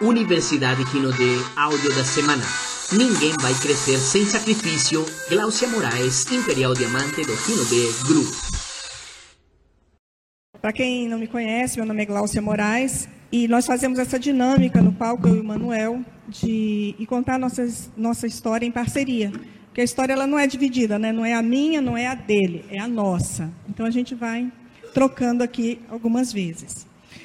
Universidade Rinodê, áudio da semana. Ninguém vai crescer sem sacrifício. Gláucia Moraes, Imperial Diamante do Rinodê Group. Para quem não me conhece, meu nome é Gláucia Moraes e nós fazemos essa dinâmica no palco, eu e o Manuel, de contar nossa história em parceria. Porque a história ela não é dividida, né? Não é a minha, não é a dele, é a nossa. Então a gente vai trocando aqui algumas vezes.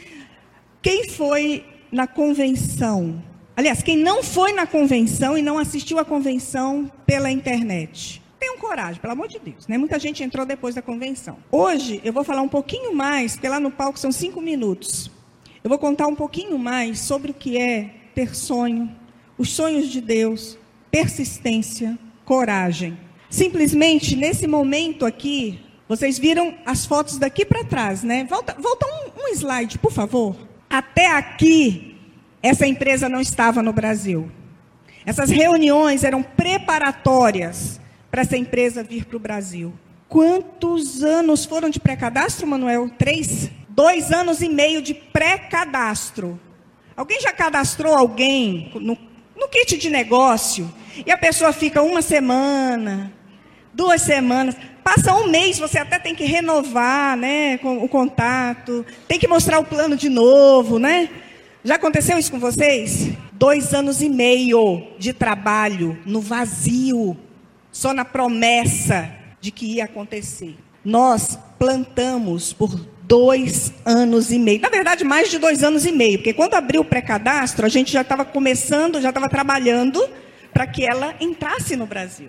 Quem foi na convenção? Aliás, quem não foi na convenção e não assistiu à convenção pela internet? Tenham coragem, pelo amor de Deus, né? Muita gente entrou depois da convenção. Hoje eu vou falar um pouquinho mais, porque lá no palco são 5 minutos. Eu vou contar um pouquinho mais sobre o que é ter sonho, os sonhos de Deus, persistência, coragem. Simplesmente, nesse momento aqui, vocês viram as fotos daqui para trás, né? Volta um slide, por favor. Até aqui, essa empresa não estava no Brasil. Essas reuniões eram preparatórias para essa empresa vir para o Brasil. Quantos anos foram de pré-cadastro, Manuel? 3? 2 anos e meio de pré-cadastro. Alguém já cadastrou alguém no kit de negócio? E a pessoa fica 1 semana, 2 semanas, passa 1 mês, você até tem que renovar, né, com o contato, tem que mostrar o plano de novo, né? Já aconteceu isso com vocês? 2 anos e meio de trabalho no vazio, só na promessa de que ia acontecer. Nós plantamos por 2 anos e meio. Na verdade, mais de 2 anos e meio, porque quando abriu o pré-cadastro, a gente já estava começando, já estava trabalhando para que ela entrasse no Brasil.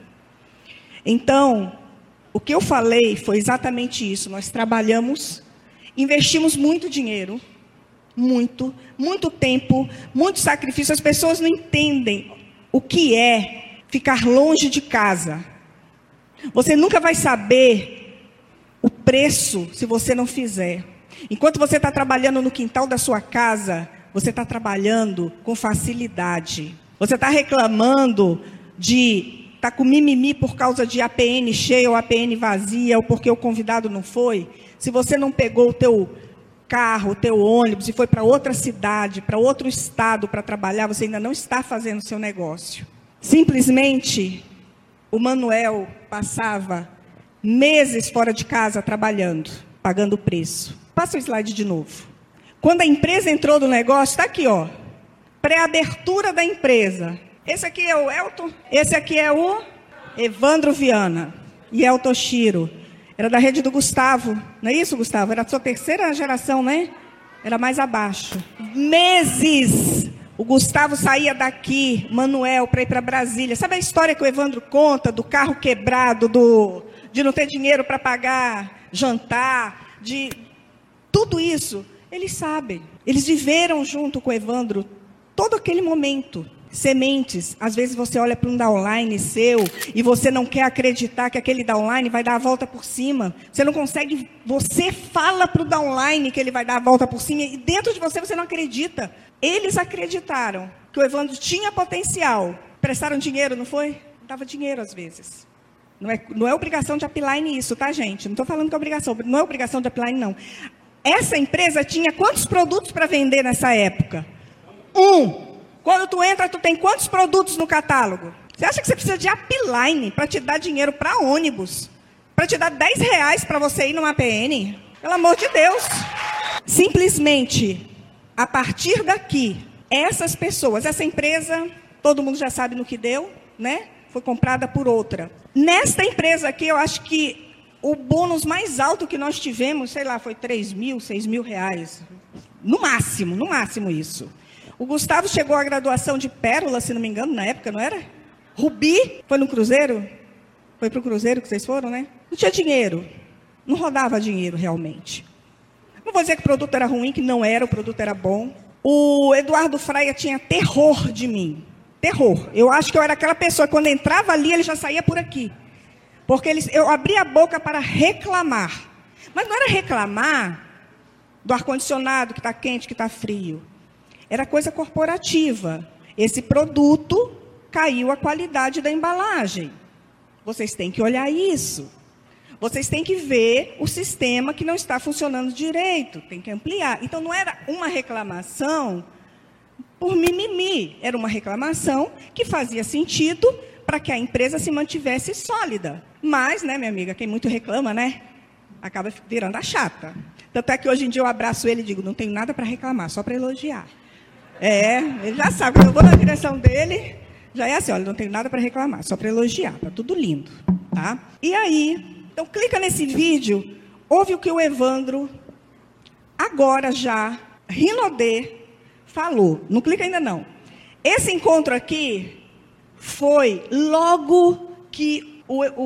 Então, o que eu falei foi exatamente isso. Nós trabalhamos, investimos muito dinheiro, muito tempo, muito sacrifício. As pessoas não entendem o que é ficar longe de casa. Você nunca vai saber o preço se você não fizer. Enquanto você está trabalhando no quintal da sua casa, você está trabalhando com facilidade. Você está reclamando de estar com mimimi por causa de APN cheia ou APN vazia, ou porque o convidado não foi. Se você não pegou o teu carro, o teu ônibus e foi para outra cidade, para outro estado para trabalhar, você ainda não está fazendo o seu negócio. Simplesmente, o Manuel passava meses fora de casa trabalhando, pagando o preço. Passa o slide de novo. Quando a empresa entrou no negócio, está aqui, ó. Pré-abertura da empresa. Esse aqui é o Elton, esse aqui é o Evandro Viana e Elton Chiro. Era da rede do Gustavo, não é isso, Gustavo? Era a sua 3ª geração, né? Era mais abaixo. Meses! O Gustavo saía daqui, Manuel, para ir para Brasília. Sabe a história que o Evandro conta do carro quebrado, de não ter dinheiro para pagar jantar, de tudo isso? Eles sabem. Eles viveram junto com o Evandro todo aquele momento. Sementes. Às vezes você olha para um downline seu e você não quer acreditar que aquele downline vai dar a volta por cima. Você não consegue, você fala para o downline que ele vai dar a volta por cima e dentro de você não acredita. Eles acreditaram que o Evandro tinha potencial. Prestaram dinheiro, não foi? Dava dinheiro às vezes. Não é obrigação de upline isso, tá, gente? Não estou falando que é obrigação. Não é obrigação de upline, não. Essa empresa tinha quantos produtos para vender nessa época? 1. Quando tu entra, tu tem quantos produtos no catálogo? Você acha que você precisa de upline para te dar dinheiro para ônibus? Para te dar R$10 para você ir numa APN? Pelo amor de Deus. Simplesmente, a partir daqui, essas pessoas, essa empresa, todo mundo já sabe no que deu, né? Foi comprada por outra. Nesta empresa aqui, eu acho que o bônus mais alto que nós tivemos, sei lá, foi R$3.000, R$6.000. No máximo isso. O Gustavo chegou à graduação de Pérola, se não me engano, na época, não era? Rubi, foi no Cruzeiro? Foi para o Cruzeiro que vocês foram, né? Não tinha dinheiro. Não rodava dinheiro, realmente. Não vou dizer que o produto era ruim, que não era, o produto era bom. O Eduardo Fraia tinha terror de mim. Terror. Eu acho que eu era aquela pessoa, quando entrava ali, ele já saía por aqui. Porque eu abria a boca para reclamar. Mas não era reclamar do ar-condicionado que está quente, que está frio. Era coisa corporativa. Esse produto caiu a qualidade da embalagem. Vocês têm que olhar isso. Vocês têm que ver o sistema que não está funcionando direito. Tem que ampliar. Então, não era uma reclamação por mimimi. Era uma reclamação que fazia sentido para que a empresa se mantivesse sólida. Mas, né, minha amiga, quem muito reclama, né, acaba virando a chata. Tanto é que hoje em dia eu abraço ele e digo, não tenho nada para reclamar, só para elogiar. Ele já sabe, quando eu vou na direção dele, já é assim, olha, não tenho nada para reclamar, só para elogiar, tá tudo lindo, tá? E aí, então clica nesse vídeo, ouve o que o Evandro, agora já, Rinodê, falou. Não clica ainda não. Esse encontro aqui foi logo que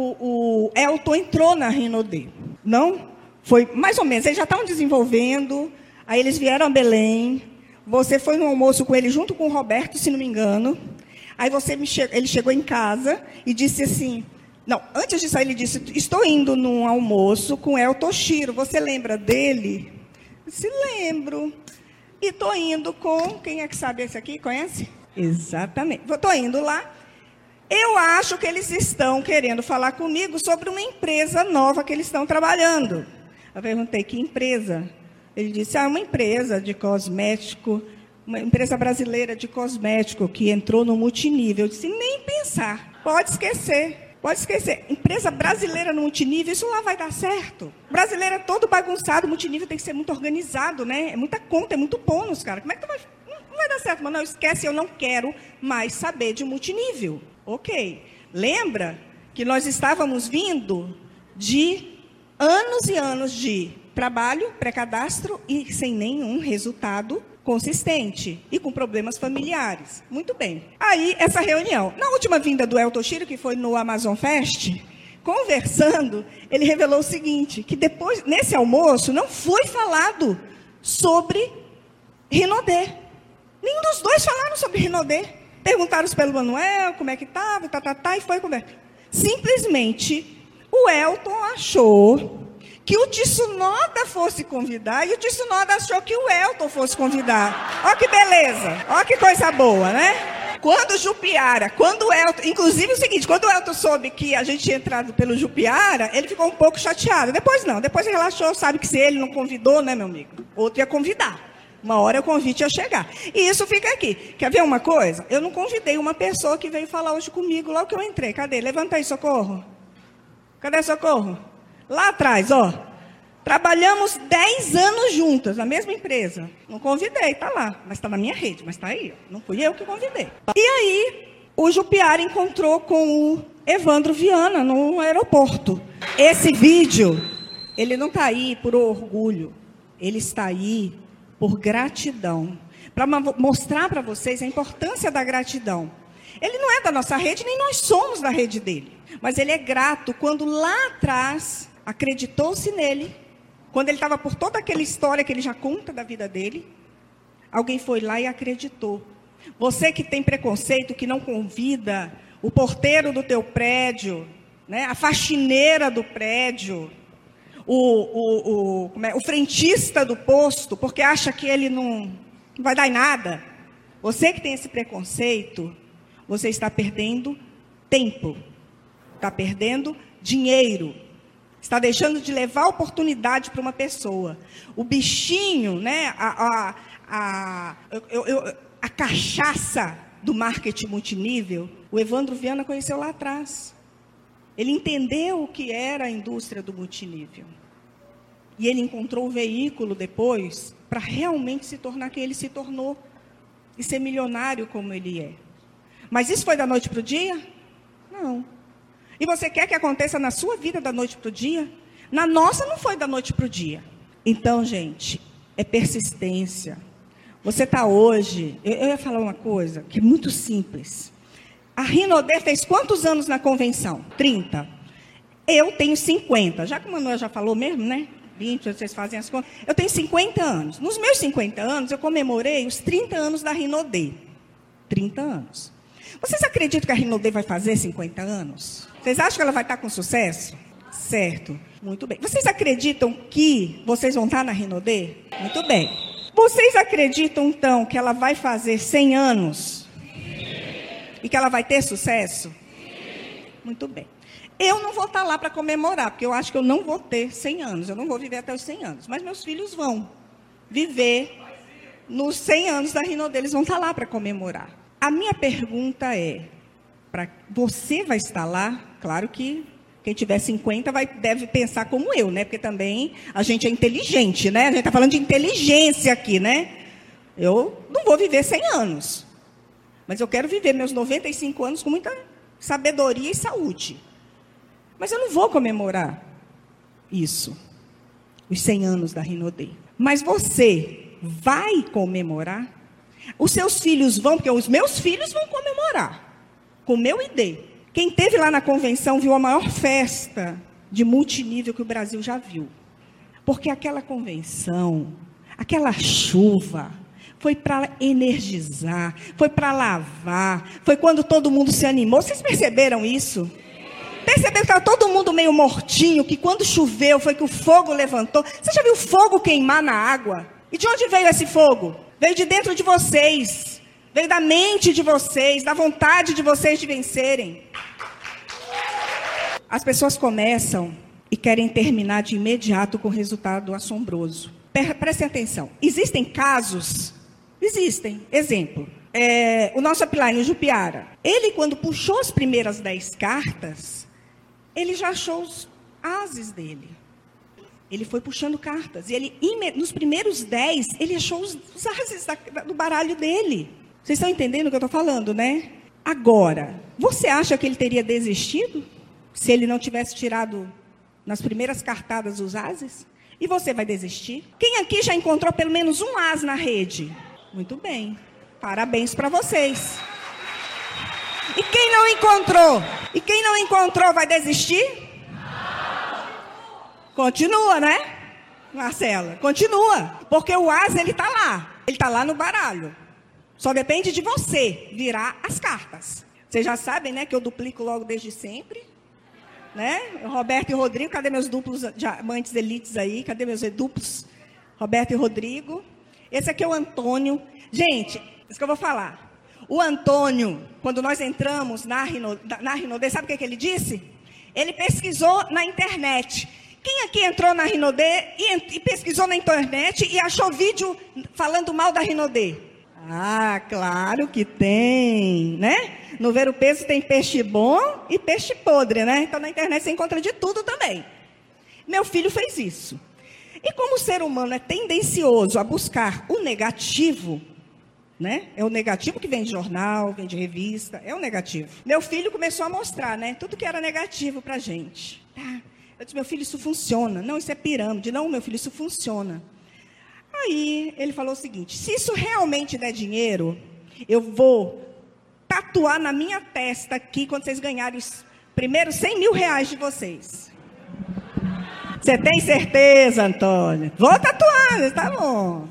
o Elton entrou na Rinodê, não? Foi mais ou menos, eles já estavam desenvolvendo, aí eles vieram a Belém, você foi no almoço com ele junto com o Roberto, se não me engano, aí ele chegou em casa e disse assim, não, antes disso ele disse, estou indo num almoço com El Toshiro, você lembra dele? Eu disse, lembro, e estou indo com, quem é que sabe esse aqui, conhece? Exatamente, estou indo lá, eu acho que eles estão querendo falar comigo sobre uma empresa nova que eles estão trabalhando. Eu perguntei, que empresa? Ele disse, uma empresa de cosmético, uma empresa brasileira de cosmético que entrou no multinível. Eu disse, nem pensar, pode esquecer. Empresa brasileira no multinível, isso lá vai dar certo. Brasileiro é todo bagunçado, multinível tem que ser muito organizado, né? É muita conta, é muito bônus, cara. Como é que não vai dar certo? Mas não, esquece, eu não quero mais saber de multinível. Ok. Lembra que nós estávamos vindo de anos e anos de trabalho, pré-cadastro e sem nenhum resultado consistente e com problemas familiares. Muito bem. Aí, essa reunião. Na última vinda do El Toshiro, que foi no Amazon Fest, conversando, ele revelou o seguinte, que depois, nesse almoço, não foi falado sobre Rinodê. Nenhum dos dois falaram sobre Rinodê. Perguntaram pelo Manuel, como é que estava, e foi conversa. Simplesmente, o Elton achou que o Tsunoda fosse convidar, e o Tsunoda achou que o Elton fosse convidar. Olha que beleza, olha que coisa boa, né? Quando o Elton, inclusive o seguinte, quando o Elton soube que a gente tinha entrado pelo Jupiara, ele ficou um pouco chateado. Depois não, depois ele relaxou, sabe que se ele não convidou, né, meu amigo? Outro ia convidar. Uma hora o convite ia chegar. E isso fica aqui. Quer ver uma coisa? Eu não convidei uma pessoa que veio falar hoje comigo, logo que eu entrei. Cadê? Levanta aí, Socorro. Cadê Socorro? Lá atrás, ó. Trabalhamos 10 anos juntas, na mesma empresa. Não convidei, tá lá. Mas está na minha rede, mas está aí. Ó. Não fui eu que convidei. E aí, o Jupiara encontrou com o Evandro Viana no aeroporto. Esse vídeo, ele não está aí por orgulho. Ele está aí por gratidão. Para mostrar para vocês a importância da gratidão. Ele não é da nossa rede, nem nós somos da rede dele. Mas ele é grato quando lá atrás acreditou-se nele, quando ele estava por toda aquela história que ele já conta da vida dele, alguém foi lá e acreditou. Você que tem preconceito, que não convida o porteiro do teu prédio, né, a faxineira do prédio, o frentista do posto, porque acha que ele não vai dar em nada. Você que tem esse preconceito, você está perdendo tempo, está perdendo dinheiro, está deixando de levar oportunidade para uma pessoa. O bichinho, né, a cachaça do marketing multinível, o Evandro Viana conheceu lá atrás. Ele entendeu o que era a indústria do multinível. E ele encontrou o veículo depois para realmente se tornar quem ele se tornou e ser milionário como ele é. Mas isso foi da noite para o dia? Não. E você quer que aconteça na sua vida da noite para o dia? Na nossa não foi da noite para o dia. Então, gente, é persistência. Você está hoje... Eu ia falar uma coisa que é muito simples. A Rinodê fez quantos anos na convenção? 30. Eu tenho 50. Já que o Manuel já falou mesmo, né? 20, vocês fazem as contas. Eu tenho 50 anos. Nos meus 50 anos, eu comemorei os 30 anos da Rinodê. 30 anos. Vocês acreditam que a Rinodê vai fazer 50 anos? Vocês acham que ela vai estar com sucesso? Certo. Muito bem. Vocês acreditam que vocês vão estar na Rinodê? Muito bem. Vocês acreditam, então, que ela vai fazer 100 anos? E que ela vai ter sucesso? Muito bem. Eu não vou estar lá para comemorar, porque eu acho que eu não vou ter 100 anos. Eu não vou viver até os 100 anos. Mas meus filhos vão viver nos 100 anos da Rinodê, eles vão estar lá para comemorar. A minha pergunta é, você vai estar lá? Claro que quem tiver 50 deve pensar como eu, né? Porque também a gente é inteligente, né? A gente está falando de inteligência aqui, né? Eu não vou viver 100 anos. Mas eu quero viver meus 95 anos com muita sabedoria e saúde. Mas eu não vou comemorar isso, os 100 anos da Rinodê. Mas você vai comemorar? Os seus filhos vão, porque os meus filhos vão comemorar, com o meu ID. Quem esteve lá na convenção viu a maior festa de multinível que o Brasil já viu. Porque aquela convenção, aquela chuva, foi para energizar, foi para lavar, foi quando todo mundo se animou. Vocês perceberam isso? Perceberam que estava todo mundo meio mortinho, que quando choveu foi que o fogo levantou. Você já viu fogo queimar na água? E de onde veio esse fogo? Veio de dentro de vocês, veio da mente de vocês, da vontade de vocês de vencerem. As pessoas começam e querem terminar de imediato com resultado assombroso. Prestem atenção, existem casos... Existem. Exemplo, o nosso upline, o Jupiara, ele quando puxou as primeiras 10 cartas, ele já achou os ases dele. Ele foi puxando cartas. E ele, nos primeiros 10, ele achou os ases do baralho dele. Vocês estão entendendo o que eu estou falando, né? Agora, você acha que ele teria desistido se ele não tivesse tirado nas primeiras cartadas os ases? E você vai desistir? Quem aqui já encontrou pelo menos um as na rede? Muito bem. Parabéns para vocês. E quem não encontrou? E quem não encontrou vai desistir? Continua, né, Marcela? Continua. Porque o as, ele está lá. Ele está lá no baralho. Só depende de você virar as cartas. Vocês já sabem, né, que eu duplico logo desde sempre. Né? Roberto e Rodrigo, cadê meus duplos diamantes elites aí? Cadê meus duplos? Roberto e Rodrigo. Esse aqui é o Antônio. Gente, isso que eu vou falar. O Antônio, quando nós entramos na Rinodê, sabe o que ele disse? Ele pesquisou na internet. Quem aqui entrou na Rinodê e pesquisou na internet e achou vídeo falando mal da Rinodê? Ah, claro que tem, né? No Ver o Peso tem peixe bom e peixe podre, né? Então na internet você encontra de tudo também. Meu filho fez isso. E como o ser humano é tendencioso a buscar o negativo, né? É o negativo que vem de jornal, vem de revista, é o negativo. Meu filho começou a mostrar, né? Tudo que era negativo pra gente. Tá? Eu disse, meu filho, isso funciona. Não, isso é pirâmide. Não, meu filho, isso funciona. Aí ele falou o seguinte, se isso realmente der dinheiro, eu vou tatuar na minha testa aqui, quando vocês ganharem os primeiros 100 mil reais de vocês. Você tem certeza, Antônio? Vou tatuar, tá bom.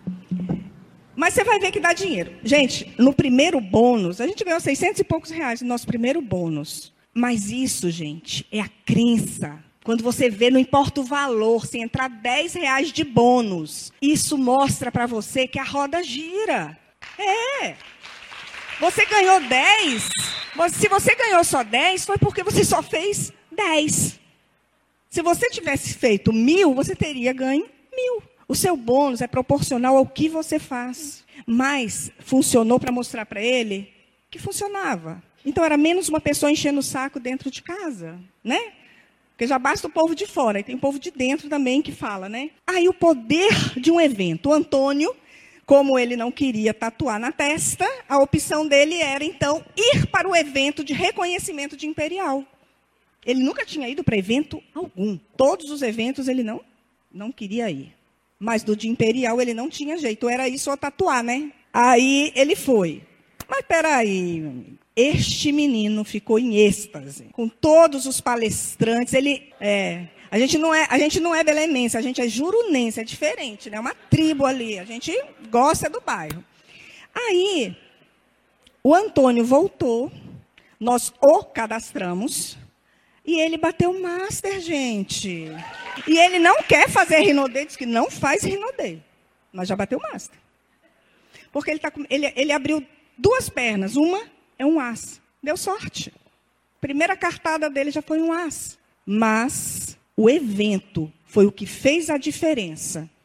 Mas você vai ver que dá dinheiro. Gente, no primeiro bônus, a gente ganhou 600 e poucos reais no nosso primeiro bônus. Mas isso, gente, é a crença. Quando você vê, não importa o valor, se entrar 10 reais de bônus, isso mostra para você que a roda gira. É. Você ganhou 10, se você ganhou só 10, foi porque você só fez 10. Se você tivesse feito 1.000, você teria ganho 1.000. O seu bônus é proporcional ao que você faz. Mas funcionou para mostrar para ele que funcionava. Então era menos uma pessoa enchendo o saco dentro de casa, né? Porque já basta o povo de fora, e tem o povo de dentro também que fala, né? Aí o poder de um evento. O Antônio, como ele não queria tatuar na testa, a opção dele era, então, ir para o evento de reconhecimento de Imperial. Ele nunca tinha ido para evento algum. Todos os eventos ele não queria ir. Mas do de Imperial ele não tinha jeito. Era isso ou tatuar, né? Aí ele foi. Mas peraí, este menino ficou em êxtase. Com todos os palestrantes. A gente não é belenense, a gente é jurunense. É diferente, né? É uma tribo ali. A gente gosta do bairro. Aí, o Antônio voltou. Nós o cadastramos. E ele bateu o master, gente. E ele não quer fazer Rinodê, diz que não faz Rinodê. Mas já bateu o master. Porque ele abriu 2 pernas. Uma é um as. Deu sorte. Primeira cartada dele já foi um as. Mas o evento foi o que fez a diferença.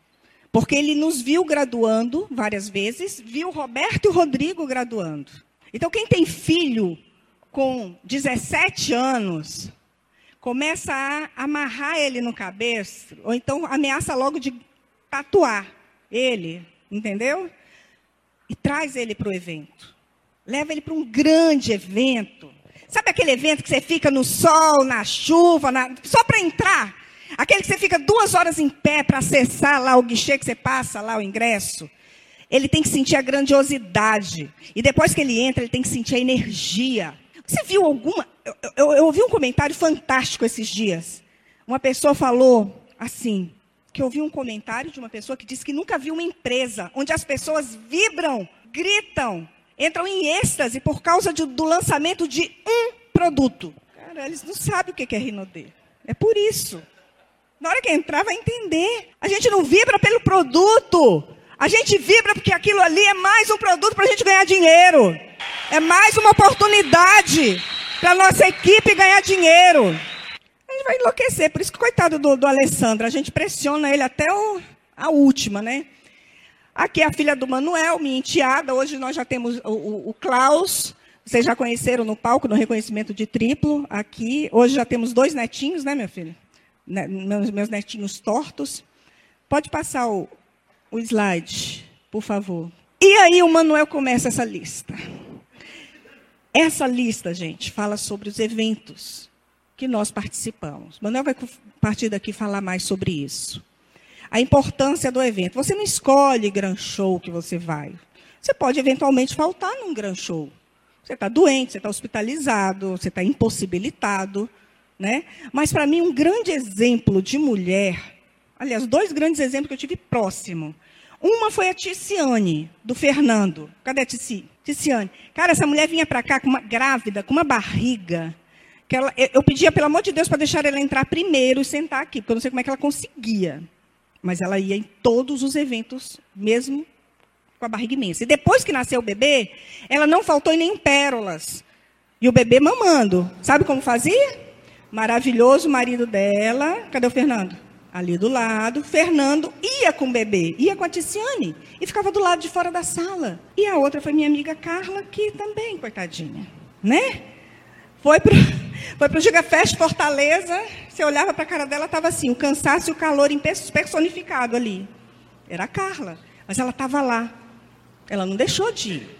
Porque ele nos viu graduando várias vezes, viu o Roberto e o Rodrigo graduando. Então, quem tem filho com 17 anos, começa a amarrar ele no cabestro, ou então ameaça logo de tatuar ele, entendeu? E traz ele para o evento. Leva ele para um grande evento. Sabe aquele evento que você fica no sol, na chuva, só para entrar? Aquele que você fica 2 horas em pé para acessar lá o guichê que você passa lá o ingresso. Ele tem que sentir a grandiosidade. E depois que ele entra, ele tem que sentir a energia. Você viu alguma... Eu ouvi um comentário fantástico esses dias. Uma pessoa falou assim, que eu ouvi um comentário de uma pessoa que disse que nunca viu uma empresa onde as pessoas vibram, gritam, entram em êxtase por causa do lançamento de um produto. Cara, eles não sabem o que é Rinodê. É por isso. Na hora que entrar, vai entender. A gente não vibra pelo produto. A gente vibra porque aquilo ali é mais um produto para a gente ganhar dinheiro. É mais uma oportunidade para a nossa equipe ganhar dinheiro. A gente vai enlouquecer. Por isso que, coitado do Alessandro, a gente pressiona ele até a última, né? Aqui é a filha do Manuel, minha enteada. Hoje nós já temos o Klaus. Vocês já conheceram no palco, no reconhecimento de triplo. Aqui. Hoje já temos 2 netinhos, né, minha filha? Meus netinhos tortos. Pode passar o slide, por favor. E aí o Manuel começa essa lista. Essa lista, gente, fala sobre os eventos que nós participamos. O Manuel vai, a partir daqui, falar mais sobre isso. A importância do evento. Você não escolhe gran show que você vai. Você pode, eventualmente, faltar num gran show. Você está doente, você está hospitalizado, você está impossibilitado. Né? Mas, para mim, um grande exemplo de mulher... Aliás, 2 grandes exemplos que eu tive próximo. Uma foi a Ticiane, do Fernando. Cadê a Ticiane? Cara, essa mulher vinha para cá grávida, com uma barriga. Que eu pedia, pelo amor de Deus, para deixar ela entrar primeiro e sentar aqui, porque eu não sei como é que ela conseguia. Mas ela ia em todos os eventos, mesmo com a barriga imensa. E depois que nasceu o bebê, ela não faltou em nem pérolas. E o bebê mamando. Sabe como fazia? Maravilhoso, o marido dela. Cadê o Fernando? Ali do lado. Fernando ia com o bebê, ia com a Ticiane. E ficava do lado de fora da sala. E a outra foi minha amiga Carla, que também, coitadinha. Né? Foi para o Giga Fest Fortaleza. Você olhava para a cara dela, estava assim, o cansaço e o calor personificado ali. Era a Carla. Mas ela estava lá. Ela não deixou de ir.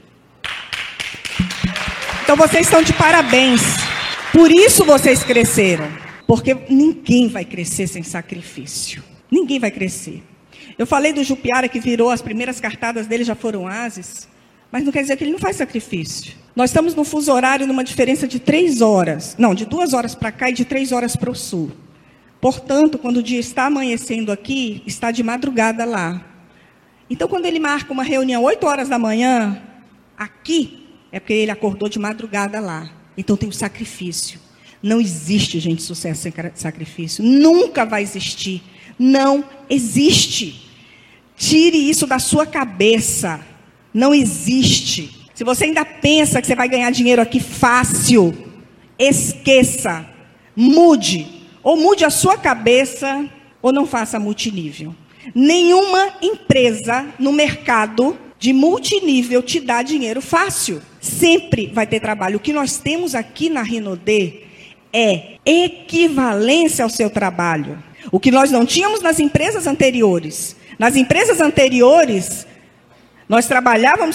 Então, vocês estão de parabéns. Por isso vocês cresceram. Porque ninguém vai crescer sem sacrifício. Ninguém vai crescer. Eu falei do Jupiara que virou, as primeiras cartadas dele já foram ases. Mas não quer dizer que ele não faz sacrifício. Nós estamos no fuso horário numa diferença de 3 horas. Não, de 2 horas para cá e de 3 horas para o sul. Portanto, quando o dia está amanhecendo aqui, está de madrugada lá. Então, quando ele marca uma reunião 8 horas da manhã, aqui, é porque ele acordou de madrugada lá. Então, tem o sacrifício. Não existe, gente, sucesso sem sacrifício. Nunca vai existir. Não existe. Tire isso da sua cabeça. Não existe. Se você ainda pensa que você vai ganhar dinheiro aqui fácil, esqueça. Mude. Ou mude a sua cabeça, ou não faça multinível. Nenhuma empresa no mercado de multinível te dá dinheiro fácil. Sempre vai ter trabalho. O que nós temos aqui na Rinodê é equivalência ao seu trabalho. O que nós não tínhamos nas empresas anteriores. Nas empresas anteriores, nós trabalhávamos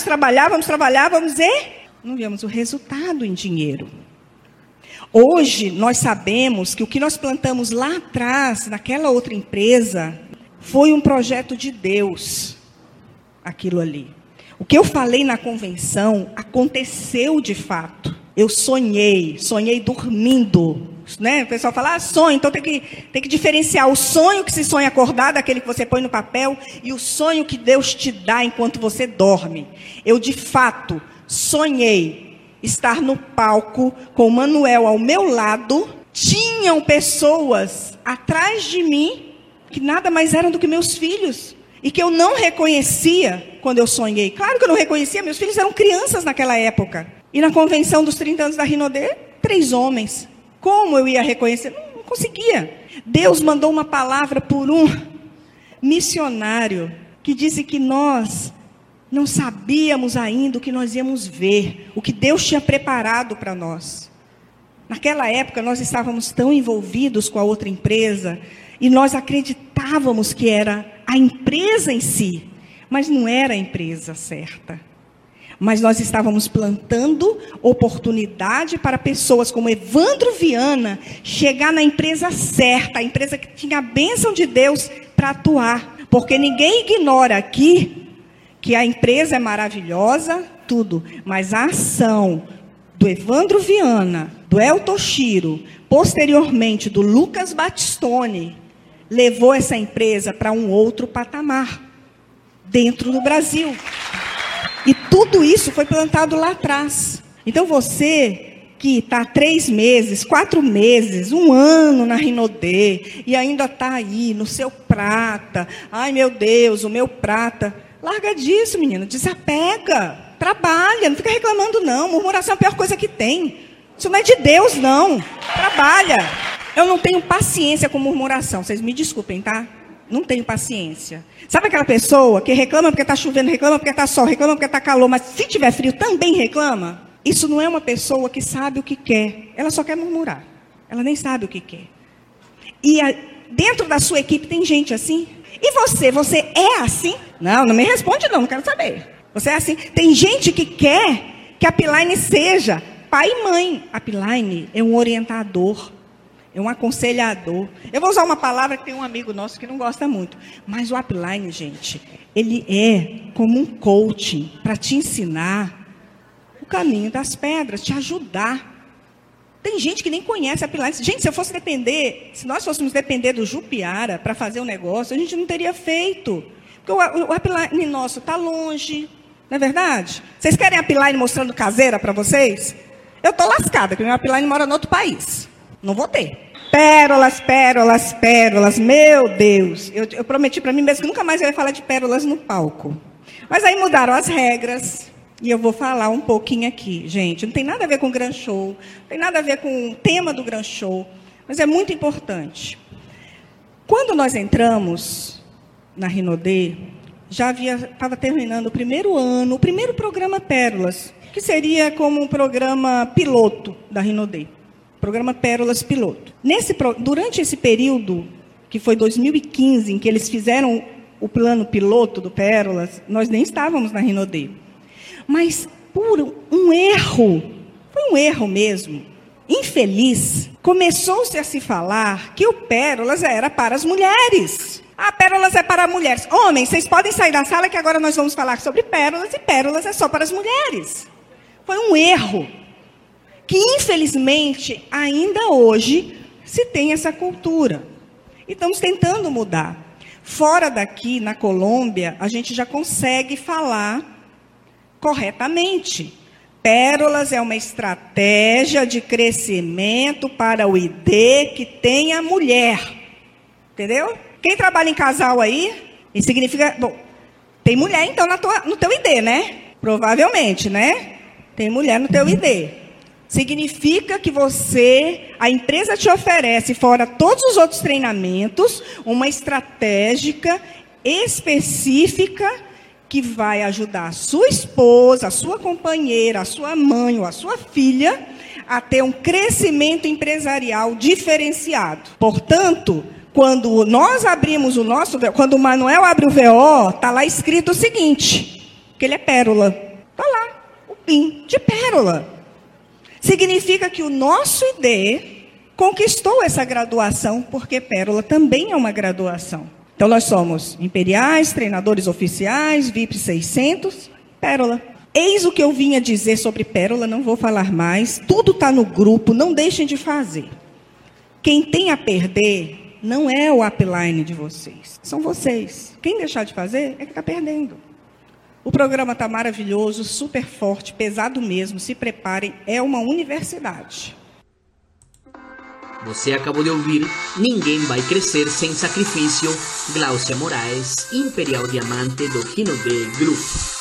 e não víamos o resultado em dinheiro. Hoje, nós sabemos que o que nós plantamos lá atrás, naquela outra empresa, foi um projeto de Deus, aquilo ali. O que eu falei na convenção aconteceu de fato. Eu sonhei dormindo. Né? O pessoal fala, sonho, então tem que diferenciar o sonho que se sonha acordado, aquele que você põe no papel, e o sonho que Deus te dá enquanto você dorme. Eu, de fato, sonhei estar no palco com o Manuel ao meu lado. Tinham pessoas atrás de mim que nada mais eram do que meus filhos. E que eu não reconhecia quando eu sonhei. Claro que eu não reconhecia, meus filhos eram crianças naquela época. E na convenção dos 30 anos da Rinodê, 3 homens. Como eu ia reconhecer? Não conseguia. Deus mandou uma palavra por um missionário que disse que nós não sabíamos ainda o que nós íamos ver, o que Deus tinha preparado para nós. Naquela época, nós estávamos tão envolvidos com a outra empresa, e nós acreditávamos que era a empresa em si, mas não era a empresa certa. Mas nós estávamos plantando oportunidade para pessoas como Evandro Viana chegar na empresa certa, a empresa que tinha a bênção de Deus para atuar. Porque ninguém ignora aqui que a empresa é maravilhosa, tudo, mas a ação do Evandro Viana, do El Toshiro, posteriormente do Lucas Battistoni, levou essa empresa para um outro patamar dentro do Brasil. E tudo isso foi plantado lá atrás. Então você que está 3 meses, 4 meses, 1 ano na Rinodê, e ainda está aí no seu prata, ai meu Deus, o meu prata, larga disso, menino, desapega, trabalha, não fica reclamando não, murmuração é a pior coisa que tem. Isso não é de Deus não, trabalha. Eu não tenho paciência com murmuração, vocês me desculpem, tá? Não tenho paciência. Sabe aquela pessoa que reclama porque está chovendo, reclama porque está sol, reclama porque está calor, mas se tiver frio também reclama? Isso não é uma pessoa que sabe o que quer. Ela só quer murmurar. Ela nem sabe o que quer. E dentro da sua equipe tem gente assim? E você? Você é assim? Não me responde não quero saber. Você é assim? Tem gente que quer que a Upline seja pai e mãe. A Upline é um orientador. É um aconselhador. Eu vou usar uma palavra que tem um amigo nosso que não gosta muito. Mas o Upline, gente, ele é como um coaching para te ensinar o caminho das pedras, te ajudar. Tem gente que nem conhece a Upline. Gente, se nós fôssemos depender do Jupiara para fazer o negócio, a gente não teria feito. Porque o Upline nosso está longe, não é verdade? Vocês querem a Upline mostrando caseira para vocês? Eu estou lascada, porque meu Upline mora em outro país. Não vou ter. Pérolas, pérolas, pérolas. Meu Deus. Eu prometi para mim mesmo que nunca mais eu ia falar de pérolas no palco. Mas aí mudaram as regras. E eu vou falar um pouquinho aqui. Gente, não tem nada a ver com o Gran Show. Não tem nada a ver com o tema do Gran Show. Mas é muito importante. Quando nós entramos na Rinodê, estava terminando o primeiro ano, o primeiro programa Pérolas, que seria como um programa piloto da Rinodê. Programa Pérolas Piloto. Durante esse período, que foi 2015, em que eles fizeram o plano piloto do Pérolas, nós nem estávamos na Rinodê. Mas, por um erro, foi um erro mesmo, infeliz, começou-se a se falar que o Pérolas era para as mulheres. Ah, Pérolas é para mulheres. Homens, vocês podem sair da sala que agora nós vamos falar sobre Pérolas, e Pérolas é só para as mulheres. Foi um erro. Que, infelizmente, ainda hoje se tem essa cultura. E estamos tentando mudar. Fora daqui, na Colômbia, a gente já consegue falar corretamente. Pérolas é uma estratégia de crescimento para o ID que tem a mulher. Entendeu? Quem trabalha em casal aí, isso significa... Bom, tem mulher, então, no teu ID, né? Provavelmente, né? Tem mulher no teu ID. Significa que a empresa te oferece, fora todos os outros treinamentos, uma estratégia específica que vai ajudar a sua esposa, a sua companheira, a sua mãe ou a sua filha a ter um crescimento empresarial diferenciado. Portanto, quando nós abrimos quando o Manuel abre o VO, está lá escrito o seguinte, que ele é pérola. Está lá, o PIN de pérola. Significa que o nosso ID conquistou essa graduação, porque Pérola também é uma graduação. Então, nós somos imperiais, treinadores oficiais, VIP 600, Pérola. Eis o que eu vinha dizer sobre Pérola, não vou falar mais. Tudo está no grupo, não deixem de fazer. Quem tem a perder não é o upline de vocês, são vocês. Quem deixar de fazer é que está perdendo. O programa está maravilhoso, super forte, pesado mesmo. Se preparem, é uma universidade. Você acabou de ouvir Ninguém Vai Crescer Sem Sacrifício, Gláucia Moraes, Imperial Diamante do Rinodê Group.